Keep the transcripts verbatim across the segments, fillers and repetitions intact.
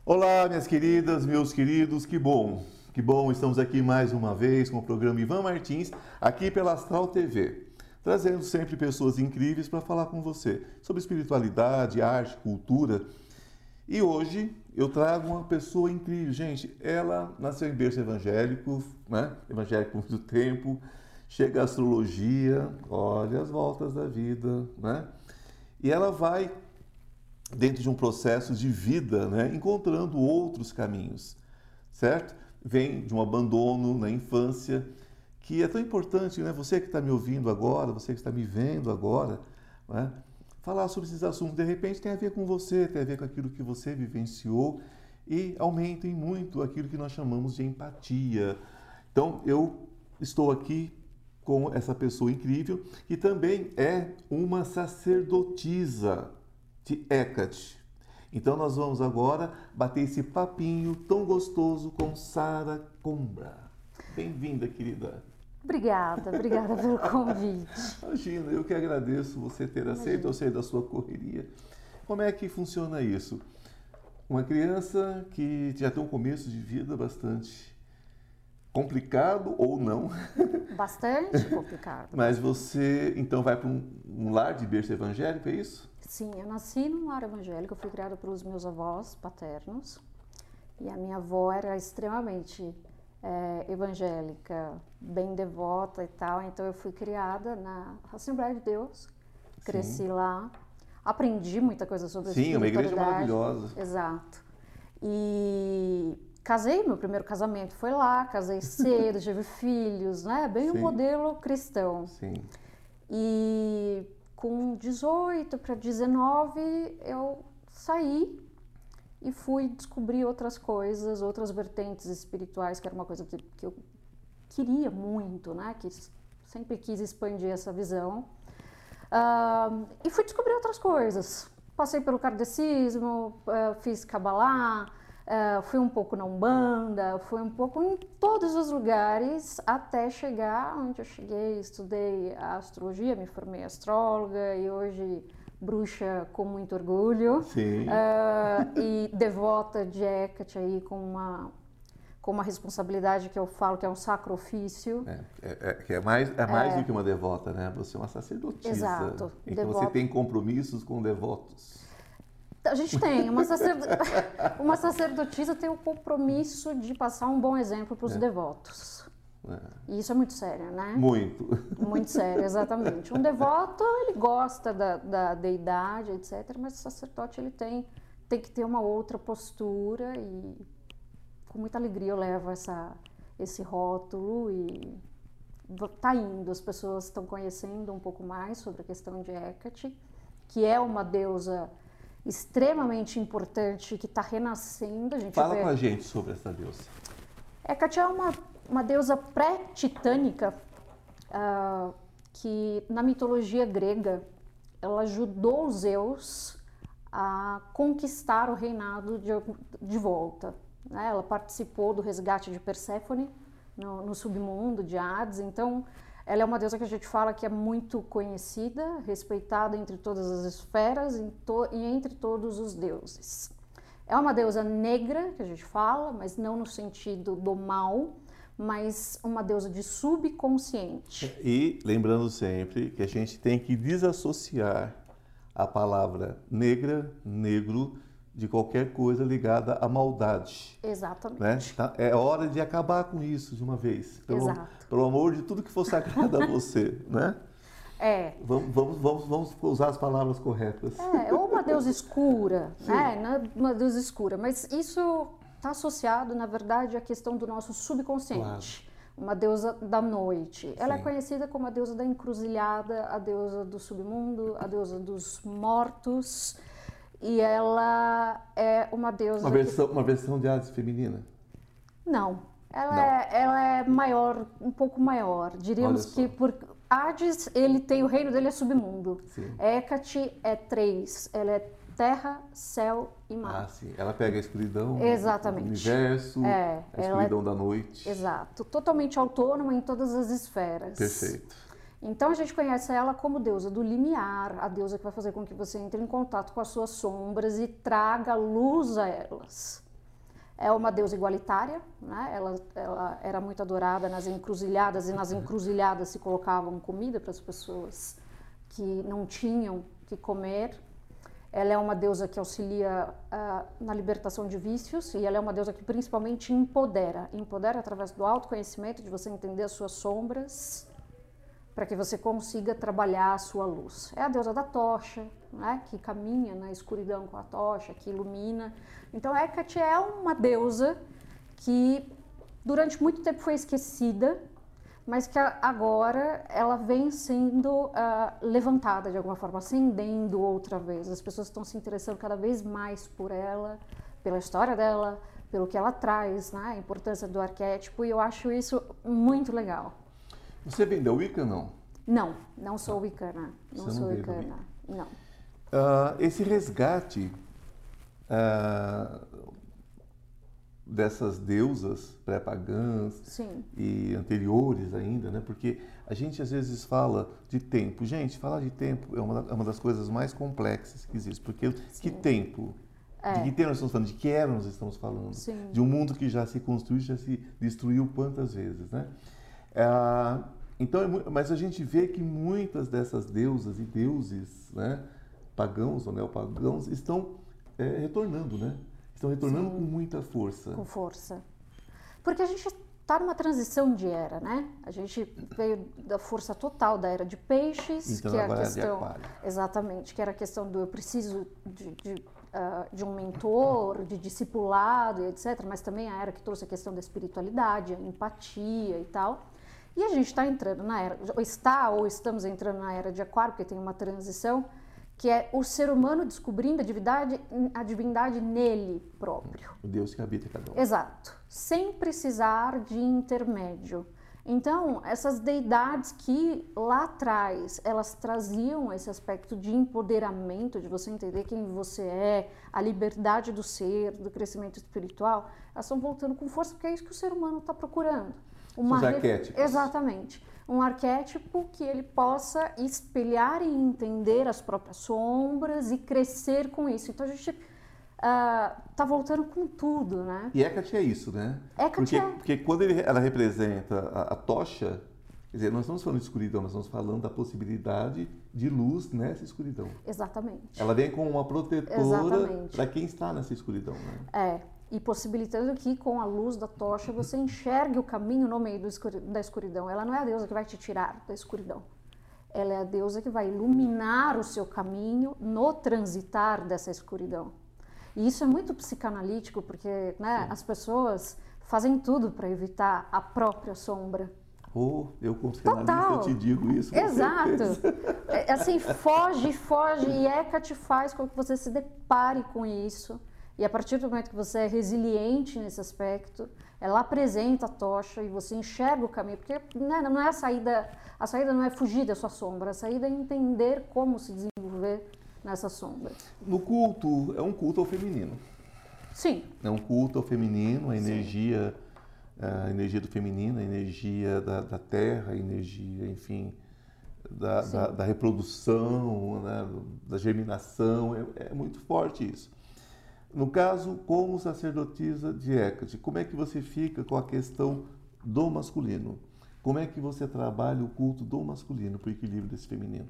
Olá, minhas queridas, meus queridos, que bom, que bom, estamos aqui mais uma vez com o programa Ivan Martins, aqui pela Astral T V, trazendo sempre pessoas incríveis para falar com você sobre espiritualidade, arte, cultura. E hoje eu trago uma pessoa incrível, gente, ela nasceu em berço evangélico, né? Evangélico por muito tempo, chega a astrologia, olha as voltas da vida, né? E ela vai dentro de um processo de vida, né, encontrando outros caminhos, certo? Vem de um abandono na infância, que é tão importante, né? Você que está me ouvindo agora, você que está me vendo agora, né? Falar sobre esses assuntos, de repente tem a ver com você, tem a ver com aquilo que você vivenciou e aumentem muito aquilo que nós chamamos de empatia. Então, eu estou aqui com essa pessoa incrível, que também é uma sacerdotisa de Hecate. Então nós vamos agora bater esse papinho tão gostoso com Sara Combra. Bem-vinda, querida. Obrigada, obrigada pelo convite. Imagina, eu que agradeço você ter aceito, eu sei da sua correria. Como é que funciona isso? Uma criança que já tem um começo de vida bastante complicado ou não. Bastante complicado. Mas você, então, vai para um, um lar de berço evangélico, é isso? Sim, eu nasci num lar evangélico, eu fui criada pelos meus avós paternos. E a minha avó era extremamente é, evangélica, bem devota e tal. Então eu fui criada na Assembleia de Deus, cresci Sim. lá, aprendi muita coisa sobre a Sim, espiritualidade. Sim, uma igreja maravilhosa. Exato. E casei, meu primeiro casamento foi lá, casei cedo, tive filhos, né? Bem o um modelo cristão. Sim. E com dezoito para dezenove eu saí e fui descobrir outras coisas, outras vertentes espirituais, que era uma coisa que, que eu queria muito, né? Que sempre quis expandir essa visão. Uh, e fui descobrir outras coisas. Passei pelo kardecismo, uh, fiz Kabbalah, Uh, fui um pouco na Umbanda, fui um pouco em todos os lugares até chegar onde eu cheguei, estudei a astrologia, me formei astróloga e hoje bruxa com muito orgulho. Sim. Uh, e devota de Hecate aí com uma, com uma responsabilidade que eu falo que é um sacro ofício. É, é, é, que é mais, é mais é, do que uma devota, né? Você é uma sacerdotisa. Exato. Então Devota. Você tem compromissos com devotos. A gente tem, uma, sacerd... uma sacerdotisa tem o compromisso de passar um bom exemplo para os é. devotos. É. E isso é muito sério, né? Muito. Muito sério, exatamente. Um devoto, ele gosta da, da deidade, etcétera, mas o sacerdote, ele tem, tem que ter uma outra postura e com muita alegria eu levo essa, esse rótulo e tá indo, as pessoas estão conhecendo um pouco mais sobre a questão de Hecate, que é uma deusa extremamente importante, que está renascendo. A gente Fala vê... com a gente sobre essa deusa. Hecate é uma, uma deusa pré-titânica uh, que na mitologia grega ela ajudou Zeus a conquistar o reinado de, de volta. Né? Ela participou do resgate de Perséfone no, no submundo de Hades, então ela é uma deusa que a gente fala que é muito conhecida, respeitada entre todas as esferas e entre todos os deuses. É uma deusa negra, que a gente fala, mas não no sentido do mal, mas uma deusa de subconsciente. E lembrando sempre que a gente tem que desassociar a palavra negra, negro, de qualquer coisa ligada à maldade. Exatamente. Né? Tá? É hora de acabar com isso de uma vez. Pelo, Exato. Pelo amor de tudo que for sagrado a você, né? É. Vamos, vamos, vamos, vamos usar as palavras corretas. É, ou uma deusa escura, né? Uma deusa escura, mas isso está associado, na verdade, à questão do nosso subconsciente. Claro. Uma deusa da noite. Ela Sim. é conhecida como a deusa da encruzilhada, a deusa do submundo, a deusa dos mortos. E ela é uma deusa... Uma versão, que... uma versão de Hades feminina? Não. Ela, Não. É, ela é maior, um pouco maior. Diríamos que por Hades, ele tem, o reino dele é submundo. Sim. Hecate é três. Ela é terra, céu e mar. Ah, sim. Ela pega a escuridão Exatamente. do universo, é, a escuridão é... da noite. Exato. Totalmente autônoma em todas as esferas. Perfeito. Então a gente conhece ela como deusa do limiar, a deusa que vai fazer com que você entre em contato com as suas sombras e traga luz a elas. É uma deusa igualitária, né? ela, ela era muito adorada nas encruzilhadas, e nas encruzilhadas se colocavam comida para as pessoas que não tinham que comer. Ela é uma deusa que auxilia uh, na libertação de vícios, e ela é uma deusa que principalmente empodera. Empodera através do autoconhecimento, de você entender as suas sombras, para que você consiga trabalhar a sua luz. É a deusa da tocha, né, que caminha na escuridão com a tocha, que ilumina. Então, Hecate é uma deusa que durante muito tempo foi esquecida, mas que agora ela vem sendo uh, levantada de alguma forma, ascendendo outra vez. As pessoas estão se interessando cada vez mais por ela, pela história dela, pelo que ela traz, né, a importância do arquétipo, e eu acho isso muito legal. Você vem da Wicca, não? Não, não sou wicana. Não Você sou não wicana, não. Uh, esse resgate uh, dessas deusas pré-pagãs e anteriores ainda, né? Porque a gente às vezes fala de tempo. Gente, falar de tempo é uma, é uma das coisas mais complexas que existe. Porque Sim. que tempo? É. De que tempo nós estamos falando? De que era nós estamos falando? Sim. De um mundo que já se construiu, já se destruiu quantas vezes, né? Ah, então, é, mas a gente vê que muitas dessas deusas e deuses, né, pagãos ou neopagãos, estão é, retornando, né? Estão retornando Sim. com muita força. Com força. Porque a gente está numa transição de era, né? A gente veio da força total da era de peixes, então, que é a agora questão... É de aquário. Exatamente, que era a questão do eu preciso de... de Uh, de um mentor, de discipulado e etcétera, mas também a era que trouxe a questão da espiritualidade, a empatia e tal. E a gente está entrando na era, ou está ou estamos entrando na era de Aquário, porque tem uma transição, que é o ser humano descobrindo a divindade, a divindade nele próprio. O Deus que habita cada um. Exato, sem precisar de intermédio. Então, essas deidades que lá atrás, elas traziam esse aspecto de empoderamento, de você entender quem você é, a liberdade do ser, do crescimento espiritual, elas estão voltando com força, porque é isso que o ser humano está procurando. Uma Os arquétipos. Exatamente. Um arquétipo que ele possa espelhar e entender as próprias sombras e crescer com isso. Então, a gente... Uh, tá voltando com tudo, né? E Hecate é isso, né? Hecate porque, é... porque quando ele, ela representa a, a tocha, quer dizer, nós estamos falando de escuridão, nós estamos falando da possibilidade de luz nessa escuridão. Exatamente. Ela vem como uma protetora para quem está nessa escuridão, né? É, e possibilitando que com a luz da tocha você enxergue o caminho no meio do escuri... da escuridão. Ela não é a deusa que vai te tirar da escuridão. Ela é a deusa que vai iluminar o seu caminho no transitar dessa escuridão. E isso é muito psicanalítico, porque né, as pessoas fazem tudo para evitar a própria sombra. Oh, eu como psicanalista eu te digo isso. Exato. É, assim, foge, foge, e Hecate faz com que você se depare com isso. E a partir do momento que você é resiliente nesse aspecto, ela apresenta a tocha e você enxerga o caminho, porque né, não é a saída, a saída não é fugir da sua sombra, a saída é entender como se desenvolver nessa sombra. No culto, é um culto ao feminino. Sim. É um culto ao feminino, a energia, a energia do feminino, a energia da, da terra, a energia, enfim, da, da, da reprodução, né, da germinação, é, é muito forte isso. No caso, como sacerdotisa de Hecate, como é que você fica com a questão do masculino? Como é que você trabalha o culto do masculino para o equilíbrio desse feminino?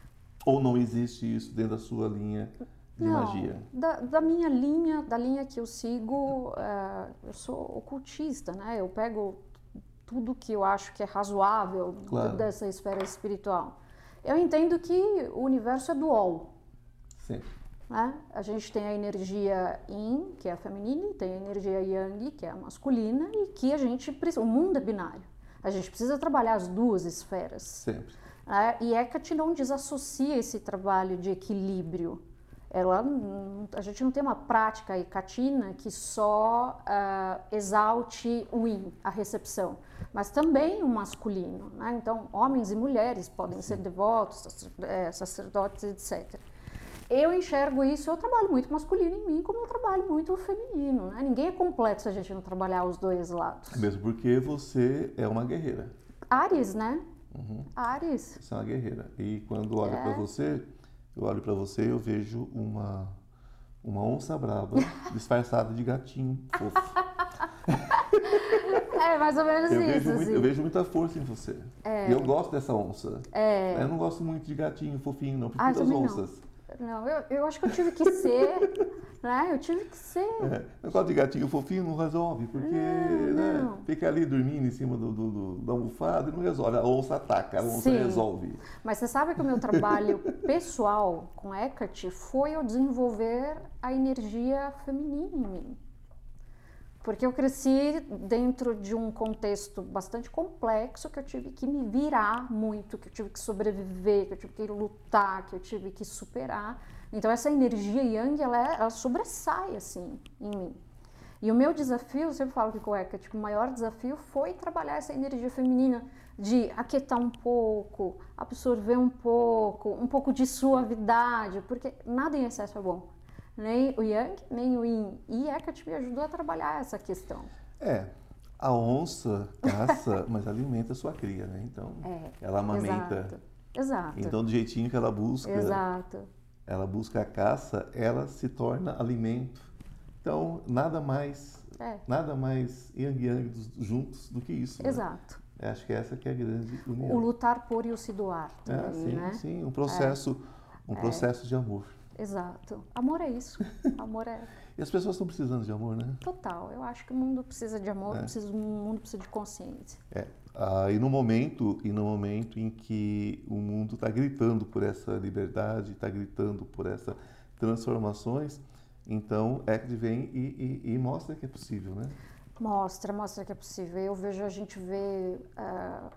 Ou não existe isso dentro da sua linha de não, magia? Da, da minha linha, da linha que eu sigo, uh, eu sou ocultista, né? Eu pego tudo que eu acho que é razoável claro. dessa esfera espiritual. Eu entendo que o universo é dual. Sim. Né? A gente tem a energia Yin, que é a feminina, e tem a energia Yang, que é a masculina, e que a gente precisa... O mundo é binário. A gente precisa trabalhar as duas esferas. Sempre. É, e Hecate não desassocia esse trabalho de equilíbrio. Ela, a gente não tem uma prática hecatina que só uh, exalte o yin, a recepção, mas também o masculino. Né? Então, homens e mulheres podem ser devotos, sacerdotes, etcétera. Eu enxergo isso, eu trabalho muito masculino em mim, como eu trabalho muito o feminino. Né? Ninguém é completo se a gente não trabalhar os dois lados. Mesmo porque você é uma guerreira. Áries, né? Uhum. Áries. Você é uma guerreira. E quando olho é. para você, eu olho para você e eu vejo uma, Uma onça braba disfarçada de gatinho fofo. É mais ou menos eu isso. Vejo muito, assim. Eu vejo muita força em você. É. E eu gosto dessa onça. É. Eu não gosto muito de gatinho fofinho, não. Prefiro Ah, das também onças. Não, não eu, eu acho que eu tive que ser, né? Eu tive que ser. É, eu gosto de gatinho fofinho, não resolve, porque Não, né, não. fica ali dormindo em cima do, do, do, da almofada e não resolve. A onça ataca, a onça Sim. resolve. Mas você sabe que o meu trabalho pessoal com Hecate foi eu desenvolver a energia feminina em mim. Porque eu cresci dentro de um contexto bastante complexo, que eu tive que me virar muito, que eu tive que sobreviver, que eu tive que lutar, que eu tive que superar. Então essa energia yang, ela, é, ela sobressai assim em mim. E o meu desafio, eu sempre falo que com o Hecate, o maior desafio foi trabalhar essa energia feminina, de aquietar um pouco, absorver um pouco, um pouco de suavidade, porque nada em excesso é bom. Nem o Yang, nem o Yin. E Hecate me ajudou a trabalhar essa questão. É, a onça caça, mas alimenta a sua cria, né? Então, É, ela amamenta. Exato. Exato. Então, do jeitinho que ela busca, Exato. ela busca a caça, ela se torna alimento. Então, nada mais, É. nada mais yang yang dos- juntos do que isso. Exato. Né? Acho que essa que é a grande união. O lutar por e o se doar também, É, sim, né? sim, um processo, um processo de amor. Exato. Amor é isso. Amor é E as pessoas estão precisando de amor, né? total. Eu acho que o mundo precisa de amor, É. precisa, o mundo precisa de consciência. É. Ah, e no momento, e no momento em que o mundo está gritando por essa liberdade, está gritando por essas transformações, então Hecate vem e, e, e mostra que é possível, né? Mostra, mostra que é possível. Eu vejo, a gente vê, uh,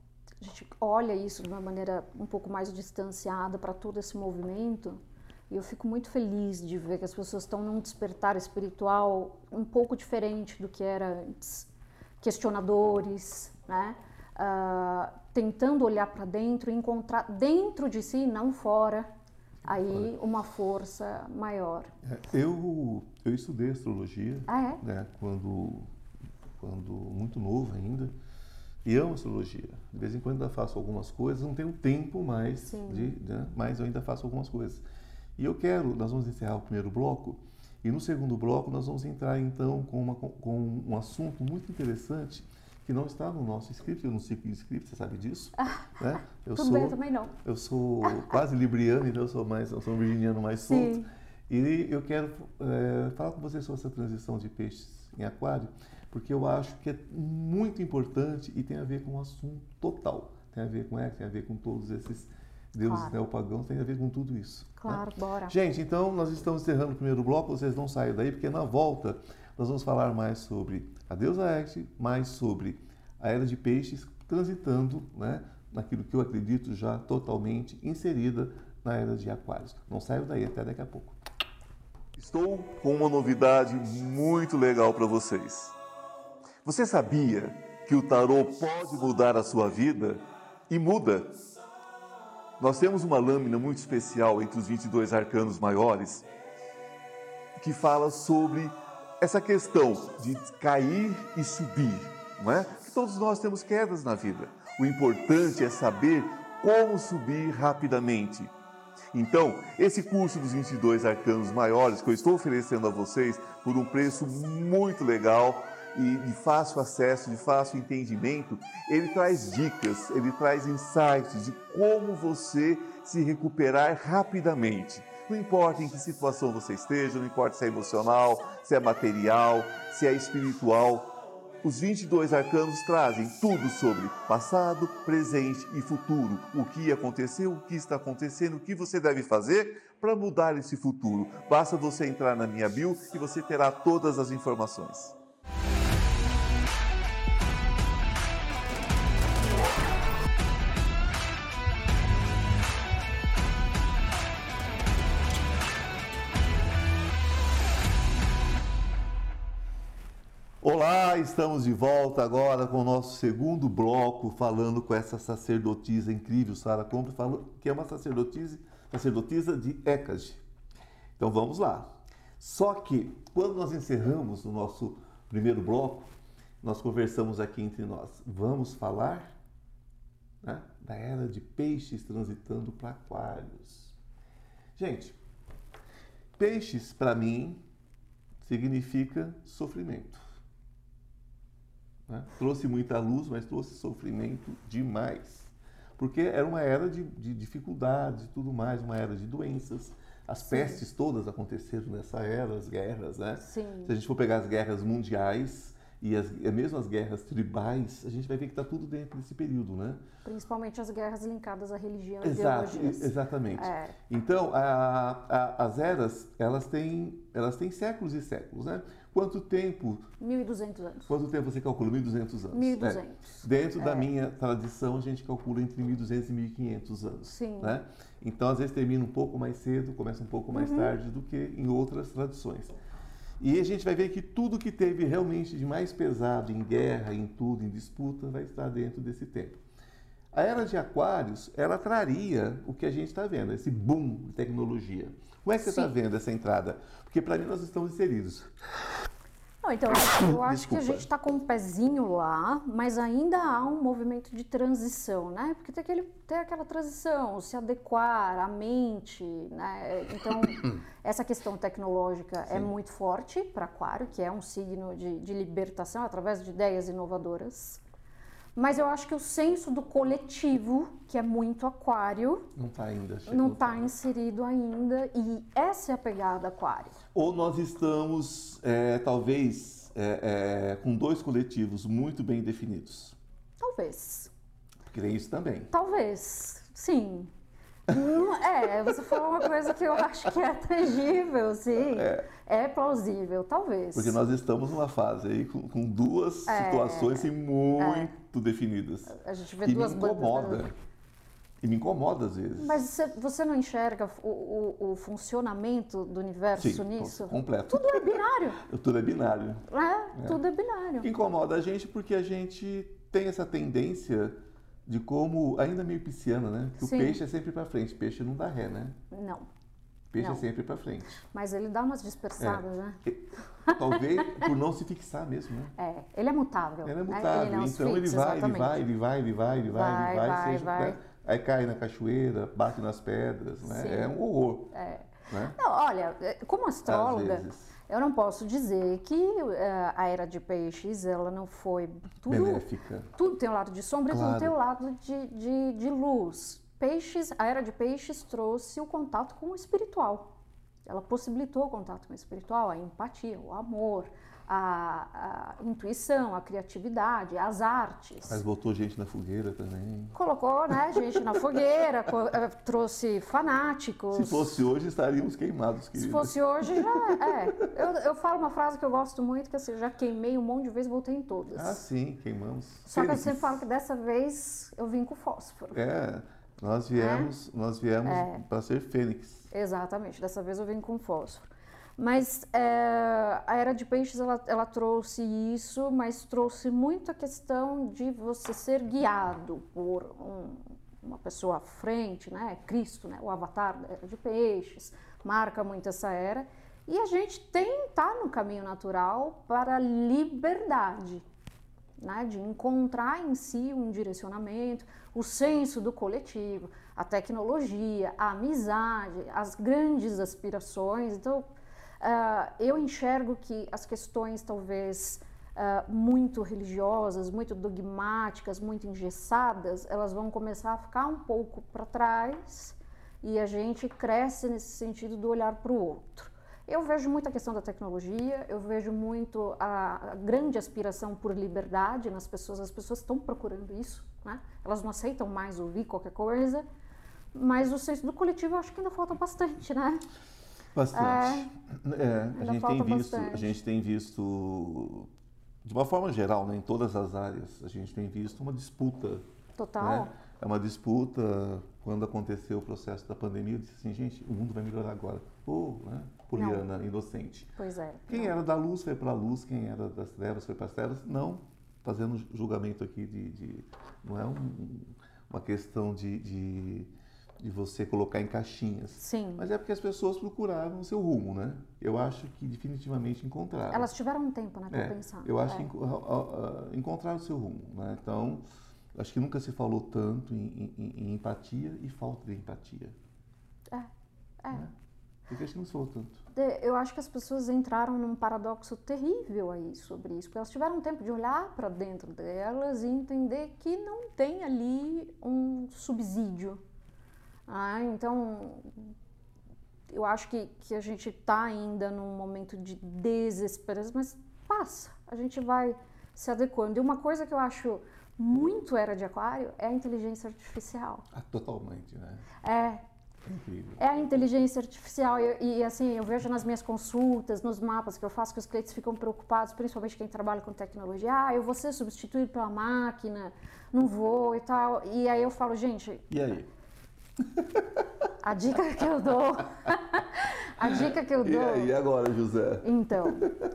a gente olha isso de uma maneira um pouco mais distanciada para todo esse movimento. E eu fico muito feliz de ver que as pessoas estão num despertar espiritual um pouco diferente do que era antes. Questionadores, né? Uh, tentando olhar para dentro e encontrar dentro de si, não fora, aí uma força maior. É, eu, eu estudei astrologia, Ah, é? né, quando, quando muito novo ainda, e amo astrologia. De vez em quando ainda faço algumas coisas, não tenho tempo mais, de, né, mas eu ainda faço algumas coisas. E eu quero, nós vamos encerrar o primeiro bloco, e no segundo bloco nós vamos entrar então com, uma, com um assunto muito interessante, que não está no nosso script, eu não sigo o script, você sabe disso? Ah, né? eu tudo sou, bem, eu também não. Eu sou quase libriano, então eu sou, mais, eu sou um virginiano mais solto. Sim. E eu quero é, falar com você sobre essa transição de peixes em aquário, porque eu acho que é muito importante e tem a ver com o assunto total. Tem a ver com Hecate, tem a ver com todos esses deuses Claro. neopagãos, tem a ver com tudo isso. Claro, né? bora. Gente, então nós estamos encerrando o primeiro bloco, vocês não saiam daí, porque na volta nós vamos falar mais sobre a deusa Hecate, mais sobre a era de peixes transitando, né, naquilo que eu acredito já totalmente inserida na era de aquários. Não saiam daí, até daqui a pouco. Estou com uma novidade muito legal para vocês. Você sabia que o tarô pode mudar a sua vida? E muda! Nós temos uma lâmina muito especial entre os vinte e dois arcanos maiores que fala sobre essa questão de cair e subir, não é? Que todos nós temos quedas na vida. O importante é saber como subir rapidamente. Então, esse curso dos vinte e dois arcanos maiores que eu estou oferecendo a vocês por um preço muito legal e de fácil acesso, de fácil entendimento, ele traz dicas, ele traz insights de como você se recuperar rapidamente. Não importa em que situação você esteja, não importa se é emocional, se é material, se é espiritual, os vinte e dois arcanos trazem tudo sobre passado, presente e futuro. O que aconteceu, o que está acontecendo, o que você deve fazer para mudar esse futuro. Basta você entrar na minha bio e você terá todas as informações. Olá, estamos de volta agora com o nosso segundo bloco, falando com essa sacerdotisa incrível, Sara Compre, falou que é uma sacerdotisa, sacerdotisa de Hecate. Então vamos lá. Só que, quando nós encerramos o nosso primeiro bloco, nós conversamos aqui entre nós. Vamos falar, né, da era de peixes transitando para aquários. Gente, peixes, para mim, significa sofrimento. Né? Trouxe muita luz, mas trouxe sofrimento demais. Porque era uma era de, de dificuldades e tudo mais, uma era de doenças. As Sim. pestes todas aconteceram nessa era, as guerras, né? Sim. Se a gente for pegar as guerras mundiais e, as, e mesmo as guerras tribais, a gente vai ver que está tudo dentro desse período, né? Principalmente as guerras linkadas à religião e Exato, ideologias. Exatamente. É. Então, a, a, as eras, elas têm, elas têm séculos e séculos, né? Quanto tempo... mil e duzentos anos. Quanto tempo você calcula? mil e duzentos anos. mil e duzentos. É. Dentro é. da minha tradição, a gente calcula entre mil e duzentos e mil e quinhentos anos. Sim. Né? Então, às vezes, termina um pouco mais cedo, começa um pouco mais uhum. tarde do que em outras tradições. E a gente vai ver que tudo que teve realmente de mais pesado em guerra, em tudo, em disputa, vai estar dentro desse tempo. A era de Aquários, ela traria o que a gente está vendo, esse boom de tecnologia. Como é que você está vendo essa entrada? Porque para mim nós estamos inseridos. Não, então, eu acho que a gente está com um pezinho lá, mas ainda há um movimento de transição, né? Porque tem, aquele, tem aquela transição, se adequar à mente, né? Então, essa questão tecnológica Sim. é muito forte para Aquário, que é um signo de, de libertação através de ideias inovadoras. Mas eu acho que o senso do coletivo, que é muito Aquário, não está ainda. Não está inserido ainda, e essa é a pegada Aquário. Ou nós estamos, é, talvez, é, é, com dois coletivos muito bem definidos. Talvez. Porque tem isso também. Talvez, sim. Hum, é, você falou uma coisa que eu acho que é tangível, sim. É, é plausível, talvez. Porque nós estamos numa fase aí com, com duas é, situações assim, muito é. definidas. A gente vê que duas me incomoda. bandas. Né? E me incomoda às vezes. Mas você, você não enxerga o, o, o funcionamento do universo Sim, nisso? completo. Tudo é binário. Tudo é binário. É, é, tudo é binário. Que incomoda a gente porque a gente tem essa tendência de como, ainda meio pisciana, né? Que Sim. o peixe é sempre para frente, peixe não dá ré, né? Não. Peixe não. é sempre para frente. Mas ele dá umas dispersadas, é. né? Talvez por não se fixar mesmo, né? É, ele é mutável. Ele é mutável, ele não então fixa, ele, vai, exatamente. ele vai, ele vai, ele vai, ele vai, vai, ele vai, vai, seja, vai. Né? Aí cai na cachoeira, bate nas pedras, né? Sim. É um horror. É. Né? Não, olha, como astróloga, eu não posso dizer que uh, a era de peixes, ela não foi tudo... Benéfica. Tudo tem um lado de sombra e claro. tudo tem um lado de, de, de luz. Peixes, a era de peixes trouxe o contato com o espiritual. Ela possibilitou o contato com o espiritual, a empatia, o amor, a, a intuição, a criatividade, as artes. Mas botou gente na fogueira também. Colocou, né, gente na fogueira, trouxe fanáticos. Se fosse hoje, estaríamos queimados, querida. Se fosse hoje, já é. Eu, eu falo uma frase que eu gosto muito, que assim, eu já queimei um monte de vezes, voltei em todas. Ah, sim, queimamos. Só que eu sempre falo que dessa vez eu vim com fósforo. É, nós viemos, é? nós viemos é. para ser fênix. Exatamente, dessa vez eu vim com fósforo. Mas é, a era de peixes, ela, ela trouxe isso, mas trouxe muito a questão de você ser guiado por um, uma pessoa à frente, né? Cristo, né? O avatar da era de peixes, marca muito essa era. E a gente tem tá no caminho natural para a liberdade, né? De encontrar em si um direcionamento, o senso do coletivo, a tecnologia, a amizade, as grandes aspirações. Então, Uh, eu enxergo que as questões talvez uh, muito religiosas, muito dogmáticas, muito engessadas, elas vão começar a ficar um pouco para trás e a gente cresce nesse sentido do olhar para o outro. Eu vejo muito a questão da tecnologia, eu vejo muito a, a grande aspiração por liberdade nas pessoas, as pessoas estão procurando isso, né? Elas não aceitam mais ouvir qualquer coisa, mas o senso do coletivo eu acho que ainda falta bastante, né? Bastante. É, é, a, gente tem visto, bastante. a gente tem visto, de uma forma geral, né, em todas as áreas, a gente tem visto uma disputa. Total. Né? É uma disputa, quando aconteceu o processo da pandemia, eu disse assim, gente, o mundo vai melhorar agora. Pô, né? Poliana, não. Inocente. Pois é. Quem não. era da luz foi para a luz, quem era das trevas foi para as trevas. Não, fazendo julgamento aqui de... de não é um, uma questão de... de de você colocar em caixinhas. Sim. Mas é porque as pessoas procuraram o seu rumo, né? Eu acho que definitivamente encontraram. Elas tiveram um tempo, né, para é, pensar. Eu acho é. que enco encontraram o seu rumo, né? Então, acho que nunca se falou tanto em, em, em empatia e falta de empatia. É, é. Né? Porque acho que não se falou tanto. Eu acho que as pessoas entraram num paradoxo terrível aí sobre isso, porque elas tiveram tempo de olhar para dentro delas e entender que não tem ali um subsídio. Ah, então, eu acho que, que a gente está ainda num momento de desesperação, mas passa, a gente vai se adequando. E uma coisa que eu acho muito era de aquário é a inteligência artificial. Ah, totalmente, né? É. Incrível. É a inteligência artificial e, e assim, eu vejo nas minhas consultas, nos mapas que eu faço, que os clientes ficam preocupados, principalmente quem trabalha com tecnologia, ah, eu vou ser substituído pela máquina, não vou e tal. E aí eu falo, gente... E aí? A dica que eu dou... a dica que eu dou... E aí agora, José? Então,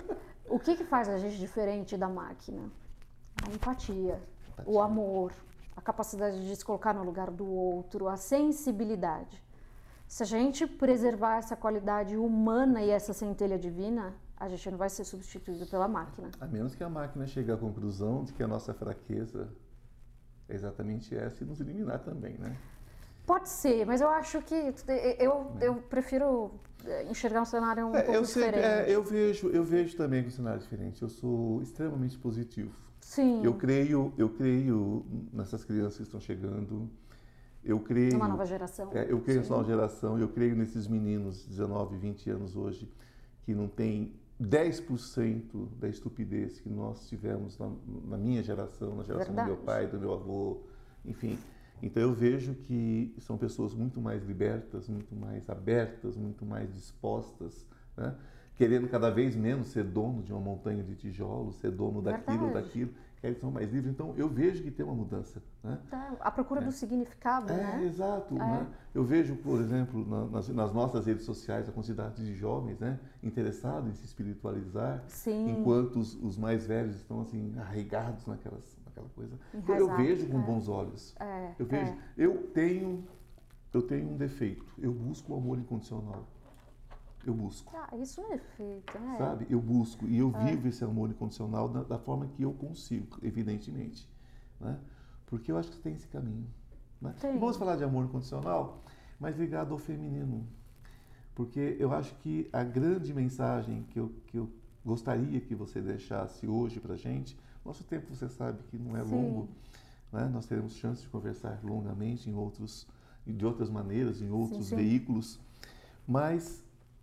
o que que faz a gente diferente da máquina? A empatia, empatia, o amor, a capacidade de se colocar no lugar do outro, a sensibilidade. Se a gente preservar essa qualidade humana e essa centelha divina, a gente não vai ser substituído pela máquina. A menos que a máquina chegue à conclusão de que a nossa fraqueza é exatamente essa e nos eliminar também, né? Pode ser, mas eu acho que eu, eu prefiro enxergar um cenário um é, pouco eu sempre, diferente. É, eu, vejo, eu vejo também com um cenário diferente. Eu sou extremamente positivo. Sim. Eu creio, eu creio nessas crianças que estão chegando. Eu creio... Uma nova geração. É, eu creio nessa nova geração. Eu creio nesses meninos de dezenove, vinte anos hoje que não tem dez por cento da estupidez que nós tivemos na, na minha geração, na geração Verdade. do meu pai, do meu avô, enfim... Então eu vejo que são pessoas muito mais libertas, muito mais abertas, muito mais dispostas, né? Querendo cada vez menos ser dono de uma montanha de tijolos, ser dono daquilo ou daquilo, que eles são mais livres. Então eu vejo que tem uma mudança, né? Tá, a procura é. do significado, é, né? É, exato. É. Né? Eu vejo, por exemplo, na, nas, nas nossas redes sociais a quantidade de jovens, né, interessados em se espiritualizar, Sim. enquanto os, os mais velhos estão assim arraigados naquelas aquela coisa. Então, eu vejo com é. bons olhos. É, eu vejo. É. Eu tenho, eu tenho um defeito. Eu busco o amor incondicional. Eu busco. Ah, isso não é defeito, né? Sabe? Eu busco e eu é. vivo esse amor incondicional da, da forma que eu consigo, evidentemente, né? Porque eu acho que tem esse caminho. Né? E vamos falar de amor incondicional, mas ligado ao feminino, porque eu acho que a grande mensagem que eu, que eu gostaria que você deixasse hoje para gente. Nosso tempo, você sabe que não é Sim. longo, né? Nós teremos chance de conversar longamente em outros, de outras maneiras, em outros sim, sim. veículos, mas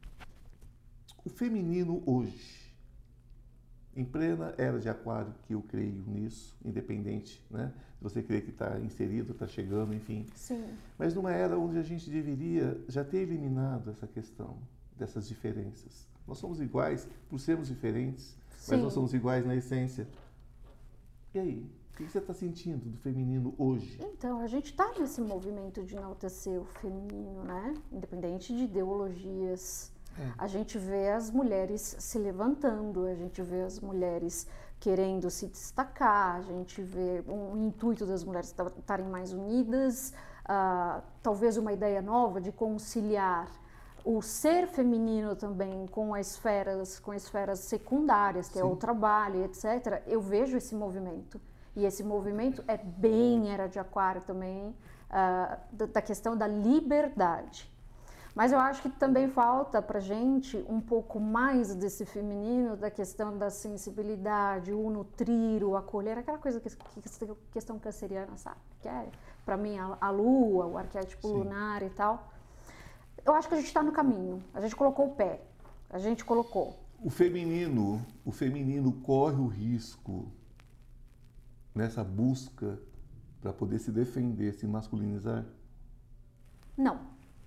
o feminino hoje, em plena era de aquário, que eu creio nisso, independente, né? Se você crê que está inserido, está chegando, enfim. Sim. Mas numa era onde a gente deveria já ter eliminado essa questão dessas diferenças. Nós somos iguais por sermos diferentes, sim. mas nós somos iguais na essência. E aí, o que você está sentindo do feminino hoje? Então, a gente está nesse movimento de enaltecer o feminino, né? Independente de ideologias. É. A gente vê as mulheres se levantando, a gente vê as mulheres querendo se destacar, a gente vê um intuito das mulheres estarem mais unidas, uh, talvez uma ideia nova de conciliar o ser feminino também com as esferas, com as esferas secundárias, que Sim. é o trabalho, etcétera. Eu vejo esse movimento. E esse movimento é bem era de aquário também, uh, da, da questão da liberdade. Mas eu acho que também falta pra gente um pouco mais desse feminino, da questão da sensibilidade, o nutrir, o acolher, aquela coisa que, que questão canceriana, sabe? Que é, pra mim, a, a lua, o arquétipo Sim. lunar e tal. Eu acho que a gente está no caminho. A gente colocou o pé. A gente colocou. O feminino, o feminino corre o risco nessa busca para poder se defender, se masculinizar? Não.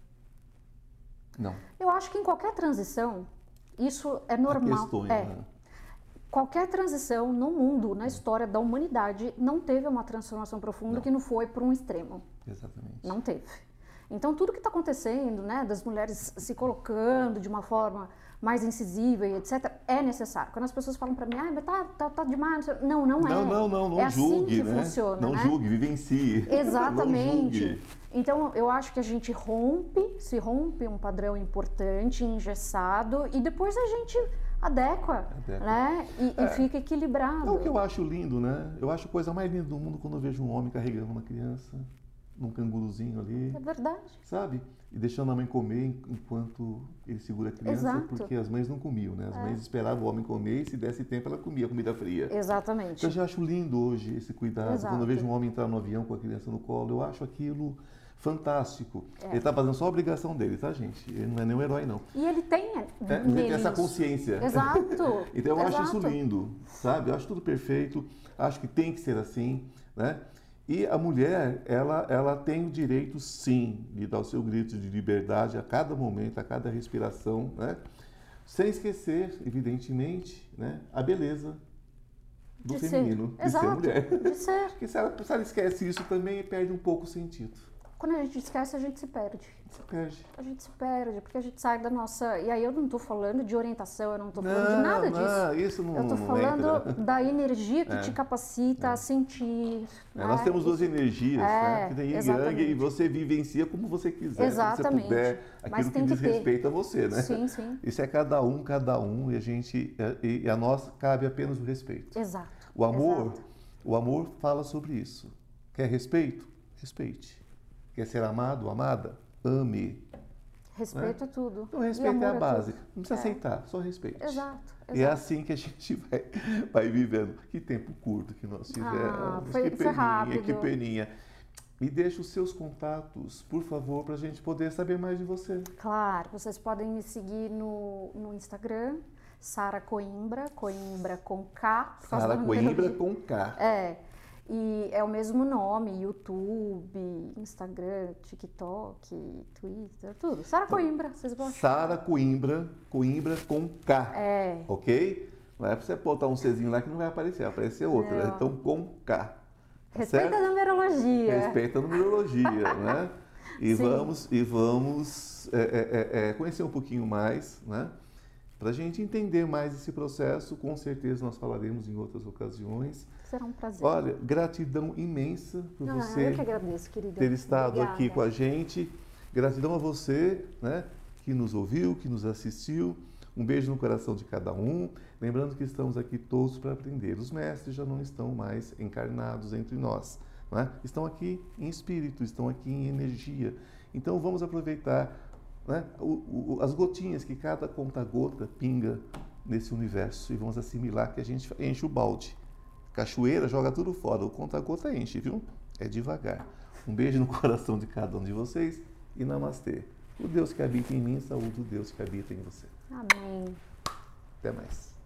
Não. Eu acho que em qualquer transição isso é normal. Questões, é. Né? Qualquer transição no mundo, na história da humanidade, não teve uma transformação profunda não. que não foi por um extremo. Exatamente. Não teve. Então, tudo que está acontecendo, né, das mulheres se colocando de uma forma mais incisiva e etcétera, é necessário. Quando as pessoas falam para mim, ah, mas tá, tá, tá demais. Não, não é. Não, não, não, não é julgue, assim que né? funciona, não né? julgue, vivencie. Exatamente. Então, eu acho que a gente rompe, se rompe um padrão importante, engessado, e depois a gente adequa, adequa. né? E, é, e fica equilibrado. É o que eu acho lindo, né? Eu acho a coisa mais linda do mundo quando eu vejo um homem carregando uma criança. num canguruzinho ali. É verdade. Sabe? E deixando a mãe comer enquanto ele segura a criança, Exato. porque as mães não comiam, né? As É. mães esperavam o homem comer e se desse tempo ela comia comida fria. Exatamente. Então eu já acho lindo hoje esse cuidado. Exato. Quando eu vejo um homem entrar no avião com a criança no colo, eu acho aquilo fantástico. É. Ele está fazendo só a obrigação dele, tá, gente? Ele não é nenhum herói, não. E ele tem É, ele nele tem essa isso. consciência. Exato. Então eu acho Exato. isso lindo, sabe? Eu acho tudo perfeito, acho que tem que ser assim, né? E a mulher, ela, ela tem o direito, sim, de dar o seu grito de liberdade a cada momento, a cada respiração, né? Sem esquecer, evidentemente, né, a beleza do De feminino, ser. de ser Exato. mulher. De ser. Porque se ela, se ela esquece isso também, perde um pouco o sentido. Quando a gente esquece, a gente se perde. Se perde. A gente se perde, porque a gente sai da nossa... E aí eu não estou falando de orientação, eu não estou falando de Não, nada não, disso. isso não, Eu estou não falando entra. da energia que É. te capacita a sentir. É, nós temos duas energias, né? É, Que tem yin e yang, exatamente. e você vivencia como você quiser, Exatamente. como você puder, Mas aquilo que tem que diz ter. respeito a você, né? Sim, sim. Isso é cada um, cada um, e a gente, e e a nós cabe apenas o respeito. Exato. O amor, Exato. o amor fala sobre isso. Quer respeito? Respeite. Quer ser amado, amada? Ame. Respeito é tudo. Então, E respeito é amor a base. tudo. Não precisa É. aceitar, só respeite. Exato. E é exato. assim que a gente vai, vai vivendo. Que tempo curto que nós tivemos. Ah, foi- que foi peninha, rápido. que peninha. Me deixa os seus contatos, por favor, para a gente poder saber mais de você. Claro, vocês podem me seguir no, no Instagram, Sara Coimbra, Coimbra com K. por causa Sara da Coimbra numerologia. com K. É. E é o mesmo nome, YouTube, Instagram, TikTok, Twitter, tudo. Sara Coimbra, vocês vão achar. Sara Coimbra, Coimbra com K. É. Ok? Não é para você botar um Czinho lá que não vai aparecer, vai aparecer outro. Não. Né? Então, com K. Tá Respeita certo? a numerologia. Respeita a numerologia, né? E Sim. vamos, e vamos é, é, é, conhecer um pouquinho mais, né? Para a gente entender mais esse processo, com certeza nós falaremos em outras ocasiões. Será um prazer. Olha, gratidão imensa por Ah, você eu que agradeço, querida. ter estado Obrigada. aqui com a gente. Gratidão a você, né, que nos ouviu, que nos assistiu. Um beijo no coração de cada um. Lembrando que estamos aqui todos para aprender. Os mestres já não estão mais encarnados entre nós, né? Estão aqui em espírito, estão aqui em energia. Então vamos aproveitar, né, o, o, as gotinhas que cada conta-gota pinga nesse universo e vamos assimilar que a gente enche o balde. Cachoeira joga tudo fora, o conta-gota enche, viu? É devagar. Um beijo no coração de cada um de vocês e namastê. O Deus que habita em mim, saúde o Deus que habita em você. Amém. Até mais.